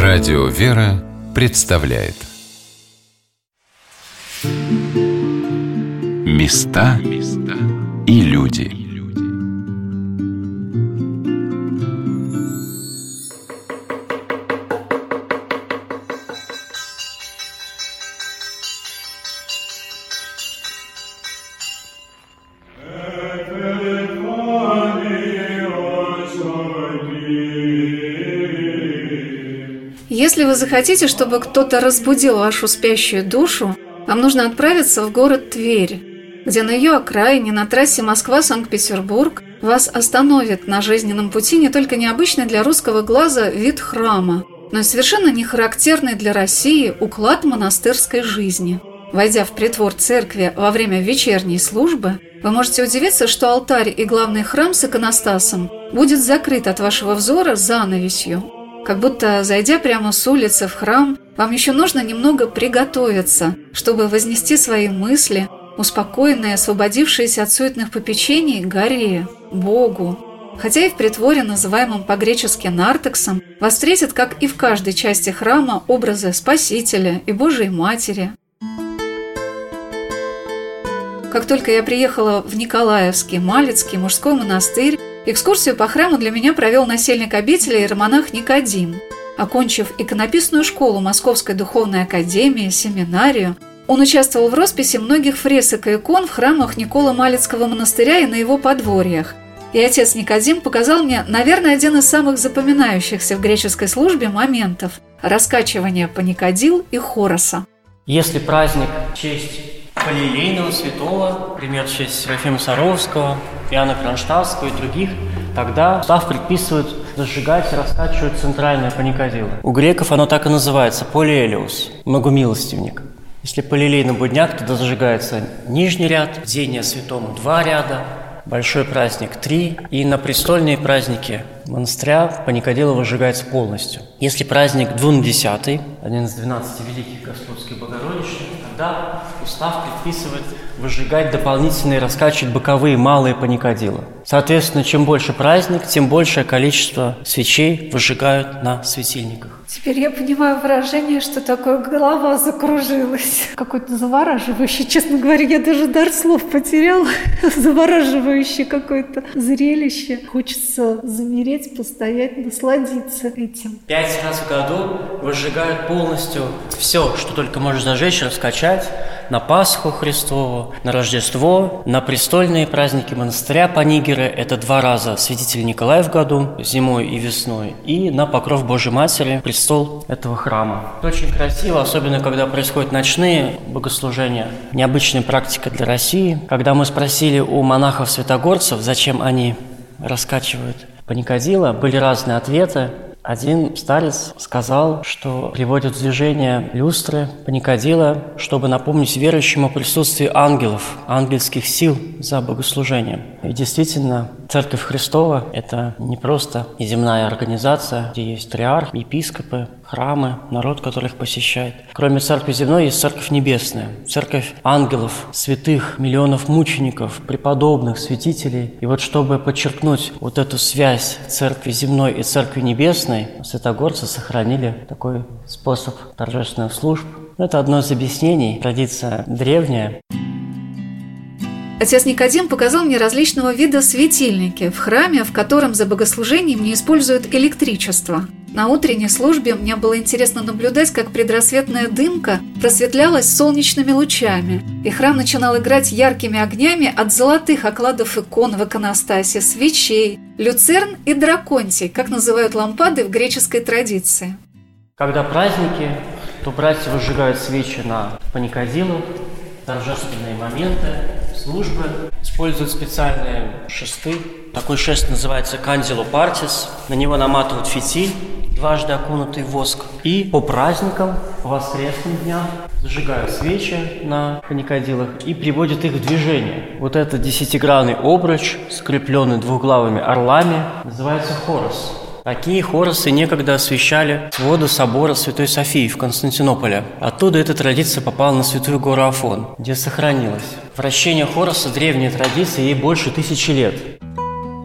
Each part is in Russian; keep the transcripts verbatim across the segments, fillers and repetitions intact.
Радио «Вера» представляет Места и люди. Если вы захотите, чтобы кто-то разбудил вашу спящую душу, вам нужно отправиться в город Тверь, где на ее окраине, на трассе Москва-Санкт-Петербург, вас остановит на жизненном пути не только необычный для русского глаза вид храма, но и совершенно не характерный для России уклад монастырской жизни. Войдя в притвор церкви во время вечерней службы, вы можете удивиться, что алтарь и главный храм с иконостасом будет закрыт от вашего взора занавесью. Как будто, зайдя прямо с улицы в храм, вам еще нужно немного приготовиться, чтобы вознести свои мысли, успокоенные, освободившиеся от суетных попечений, горе, Богу. Хотя и в притворе, называемом по-гречески нартексом, вас встретят, как и в каждой части храма, образы Спасителя и Божией Матери. Как только я приехала в Николаевский Малицкий мужской монастырь, экскурсию по храму для меня провел насельник обители иеромонах Никодим. Окончив иконописную школу Московской духовной академии, семинарию, он участвовал в росписи многих фресок и икон в храмах Николо-Малицкого монастыря и на его подворьях. И отец Никодим показал мне, наверное, один из самых запоминающихся в греческой службе моментов – раскачивание паникадил и хороса. Если праздник в честь Палеолейного святого, например, в честь Серафима Саровского, Иоанна Кронштадтского и других, тогда устав предписывает зажигать и раскачивать центральное паникадило. У греков оно так и называется – полиэлиус, многомилостивник. Если палеолейный будняк, тогда зажигается нижний ряд, бдение святому два ряда, большой праздник три, и на престольные праздники монастыря паникадило выжигается полностью. Если праздник двунадесятый, один из двенадцати великих Господских Богородичных, тогда устав предписывает выжигать дополнительные, раскачивать боковые малые паникадила. Соответственно, чем больше праздник, тем большее количество свечей выжигают на светильниках. Теперь я понимаю выражение, что такое голова закружилась. Какой-то завораживающий, честно говоря, я даже дар слов потеряла. Завораживающее какое-то зрелище. Хочется замереть, постоять, насладиться этим. Пять раз в году выжигают полностью все, что только можно зажечь, раскачать. На Пасху Христову, на Рождество, на престольные праздники монастыря Панигеры. Это два раза святитель Николай в году, зимой и весной. И на Покров Божьей Матери, престол этого храма. Это очень красиво, особенно когда происходят ночные богослужения. Необычная практика для России. Когда мы спросили у монахов-святогорцев, зачем они раскачивают паникадило, были разные ответы. Один старец сказал, что приводит в движение люстры, паникадило, чтобы напомнить верующим о присутствии ангелов, ангельских сил за богослужением. И действительно, Церковь Христова – это не просто неземная организация, где есть триарх, епископы, храмы, народ, который их посещает. Кроме Церкви земной есть Церковь небесная, Церковь ангелов, святых, миллионов мучеников, преподобных, святителей. И вот чтобы подчеркнуть вот эту связь Церкви земной и Церкви небесной, святогорцы сохранили такой способ торжественных служб. Это одно из объяснений, традиция древняя. Отец Никодим показал мне различного вида светильники в храме, в котором за богослужением не используют электричество. На утренней службе мне было интересно наблюдать, как предрассветная дымка просветлялась солнечными лучами, и храм начинал играть яркими огнями от золотых окладов икон в иконостасе, свечей, люцерн и драконтий, как называют лампады в греческой традиции. Когда праздники, то братья выжигают свечи на паникадилу, торжественные моменты, службы, используют специальные шесты. Такой шест называется кандило партис. На него наматывают фитиль, дважды окунутый в воск. И по праздникам, по воскресным дням зажигают свечи на паникадилах и приводят их в движение. Вот этот десятигранный обруч, скрепленный двуглавыми орлами, называется хорос. Такие хоросы некогда освещали своды собора Святой Софии в Константинополе. Оттуда эта традиция попала на Святую гору Афон, где сохранилась. Вращение хороса – древняя традиция, ей больше тысячи лет.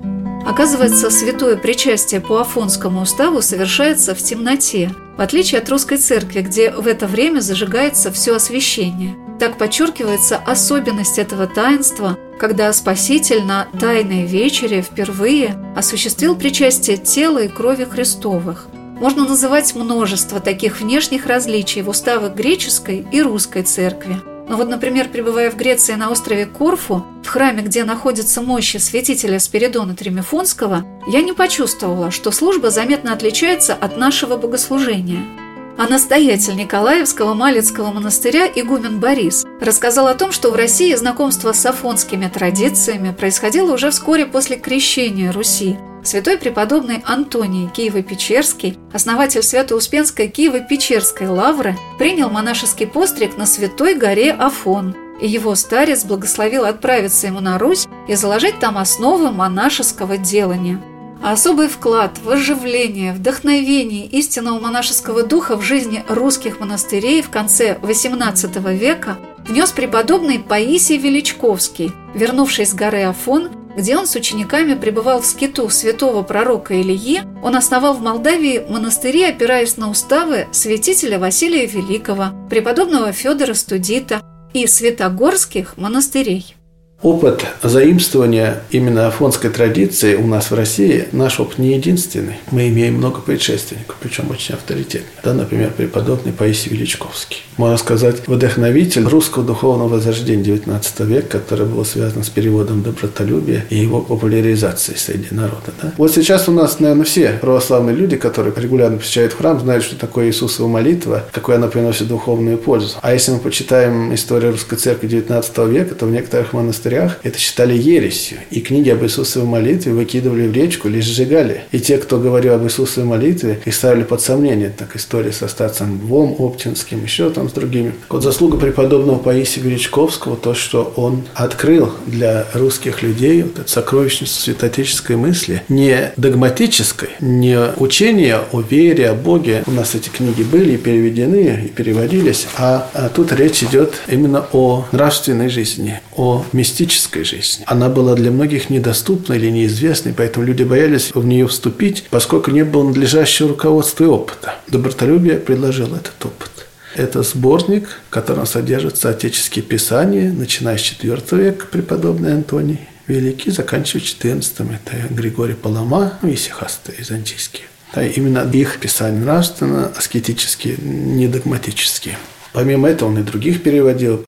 Оказывается, святое причастие по Афонскому уставу совершается в темноте, в отличие от русской церкви, где в это время зажигается все освящение. Так подчеркивается особенность этого таинства, когда Спаситель на Тайной вечере впервые осуществил причастие тела и крови Христовых. Можно называть множество таких внешних различий в уставах греческой и русской церкви. Но вот, например, пребывая в Греции на острове Корфу, в храме, где находятся мощи святителя Спиридона Тримифонского, я не почувствовала, что служба заметно отличается от нашего богослужения. А настоятель Николаевского Малицкого монастыря игумен Борис рассказал о том, что в России знакомство с афонскими традициями происходило уже вскоре после крещения Руси. Святой преподобный Антоний Киево-Печерский, основатель Свято-Успенской Киево-Печерской лавры, принял монашеский постриг на святой горе Афон, и его старец благословил отправиться ему на Русь и заложить там основы монашеского делания. А особый вклад в оживление, вдохновение истинного монашеского духа в жизни русских монастырей в конце восемнадцатого века внес преподобный Паисий Величковский, вернувшись с горы Афон, где он с учениками пребывал в скиту святого пророка Илии. Он основал в Молдавии монастыри, опираясь на уставы святителя Василия Великого, преподобного Федора Студита и святогорских монастырей. Опыт заимствования именно афонской традиции у нас в России, наш опыт не единственный. Мы имеем много предшественников, причем очень авторитетных. Да, например, преподобный Паисий Величковский. Можно сказать, вдохновитель русского духовного возрождения девятнадцатого века, которое было связано с переводом добротолюбия и его популяризацией среди народа. Да? Вот сейчас у нас, наверное, все православные люди, которые регулярно посещают храм, знают, что такое Иисусова молитва, какую она приносит духовную пользу. А если мы почитаем историю русской церкви девятнадцатого века, то в некоторых монастырях это считали ересью, и книги об Иисусовой молитве выкидывали в речку или сжигали. И те, кто говорил об Иисусовой молитве, их ставили под сомнение. Так история со старцем Львом Оптинским, еще там с другими. Вот заслуга преподобного Паисия Величковского, то, что он открыл для русских людей вот эту сокровищницу святоотеческой мысли, не догматической, не учение о вере, о Боге. У нас эти книги были и переведены, и переводились, а, а тут речь идет именно о нравственной жизни, о мистической жизни. Она была для многих недоступна или неизвестной, поэтому люди боялись в нее вступить, поскольку не было надлежащего руководства и опыта. Добротолюбие предложил этот опыт. Это сборник, в котором содержатся отеческие писания, начиная с четвёртого века, преподобный Антоний Великий, заканчивая четырнадцатым. Это Григорий Палама и Исихасты византийские. Да, именно их писания нравственно, аскетические, не догматические. Помимо этого он и других переводил.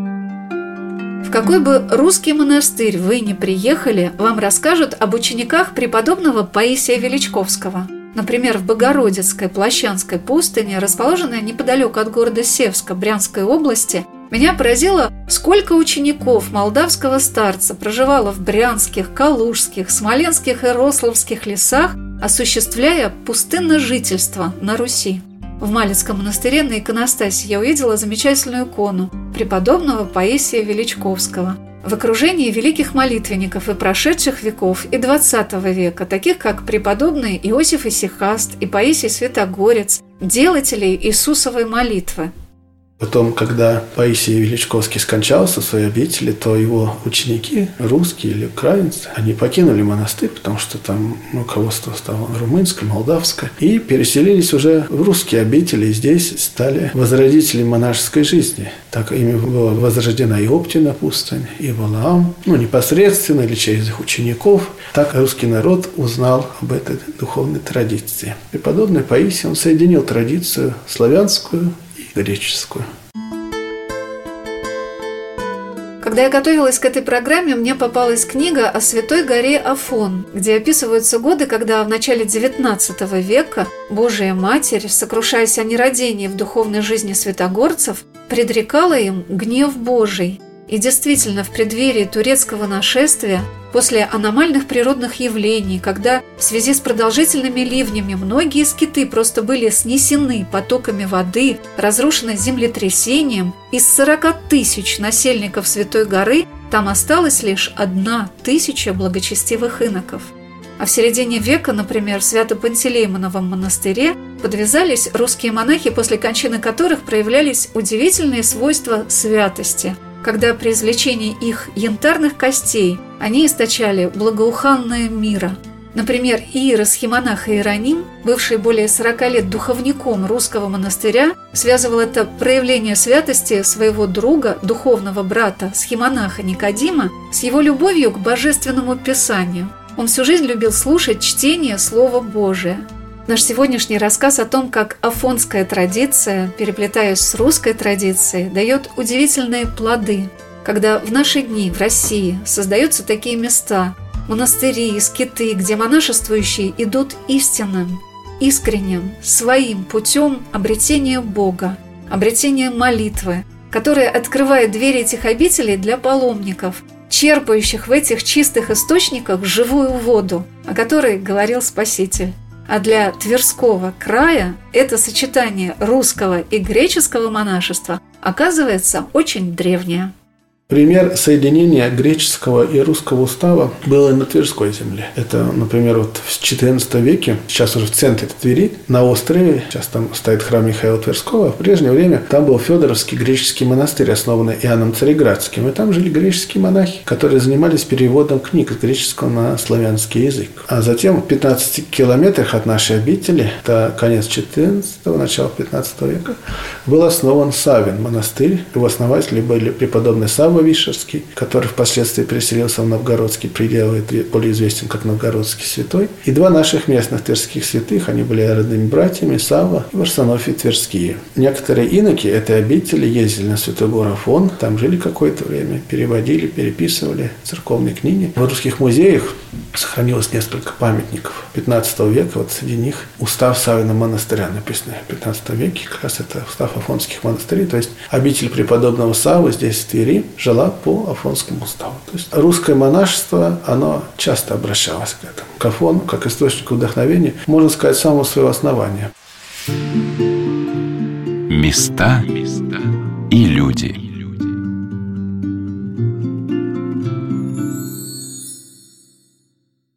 В какой бы русский монастырь вы ни приехали, вам расскажут об учениках преподобного Паисия Величковского. Например, в Богородицкой Плащанской пустыне, расположенной неподалеку от города Севска Брянской области, меня поразило, сколько учеников молдавского старца проживало в брянских, калужских, смоленских и рославских лесах, осуществляя пустынное жительство на Руси. В Малицком монастыре на иконостасе я увидела замечательную икону преподобного Паисия Величковского в окружении великих молитвенников и прошедших веков и двадцатого века, таких как преподобный Иосиф Исихаст и Паисий Святогорец, делателей Иисусовой молитвы. Потом, когда Паисий Величковский скончался в своей обители, то его ученики, русские или украинцы, они покинули монастырь, потому что там руководство стало румынское, молдавское, и переселились уже в русские обители, и здесь стали возродителями монашеской жизни. Так ими была возрождена и Оптина пустынь, и Валаам, ну, непосредственно или через их учеников. Так русский народ узнал об этой духовной традиции. Преподобный Паисий, он соединил традицию славянскую и греческую. Когда я готовилась к этой программе, мне попалась книга о святой горе Афон, где описываются годы, когда в начале девятнадцатого века Божия Матерь, сокрушаясь о нерадении в духовной жизни святогорцев, предрекала им гнев Божий. И действительно, в преддверии турецкого нашествия, после аномальных природных явлений, когда в связи с продолжительными ливнями многие скиты просто были снесены потоками воды, разрушены землетрясением, из сорока тысяч насельников Святой горы там осталось лишь одна тысяча благочестивых иноков. А в середине века, например, в Свято-Пантелеймоновом монастыре подвязались русские монахи, после кончины которых проявлялись удивительные свойства святости. когда при извлечении их янтарных костей они источали благоуханное мира. Например, иеросхимонах Иероним, бывший более сорока лет духовником русского монастыря, связывал это проявление святости своего друга, духовного брата, схимонаха Никодима, с его любовью к божественному писанию. Он всю жизнь любил слушать чтение Слова Божия. Наш сегодняшний рассказ о том, как афонская традиция, переплетаясь с русской традицией, дает удивительные плоды, когда в наши дни в России создаются такие места, монастыри, скиты, где монашествующие идут истинным, искренним, своим путем обретения Бога, обретения молитвы, которая открывает двери этих обителей для паломников, черпающих в этих чистых источниках живую воду, о которой говорил Спаситель. А для Тверского края это сочетание русского и греческого монашества оказывается очень древнее. Пример соединения греческого и русского устава был и на Тверской земле. Это, например, вот в четырнадцатом веке, сейчас уже в центре Твери, на острове, сейчас там стоит храм Михаила Тверского, в прежнее время там был Федоровский греческий монастырь, основанный Иоанном Цареградским, и там жили греческие монахи, которые занимались переводом книг с греческого на славянский язык. А затем в пятнадцати километрах от нашей обители, это конец четырнадцатого, начало пятнадцатого века, был основан Савин монастырь. Его основатели были преподобный Савва Вишерский, который впоследствии переселился в Новгородский предел, более известен как Новгородский святой. И два наших местных тверских святых, они были родными братьями, Савва и Варсонофий Тверские. Некоторые иноки этой обители ездили на Святой Гор Афон, там жили какое-то время, переводили, переписывали церковные книги. В русских музеях сохранилось несколько памятников пятнадцатого века, вот среди них устав Савина монастыря, написанный в пятнадцатом веке, как раз это устав афонских монастырей, то есть обитель преподобного Саввы здесь в Твери жила по афонскому уставу. То есть русское монашество, оно часто обращалось к этому, к Афону, как источнику вдохновения, можно сказать, с самого своего основания. Места и люди.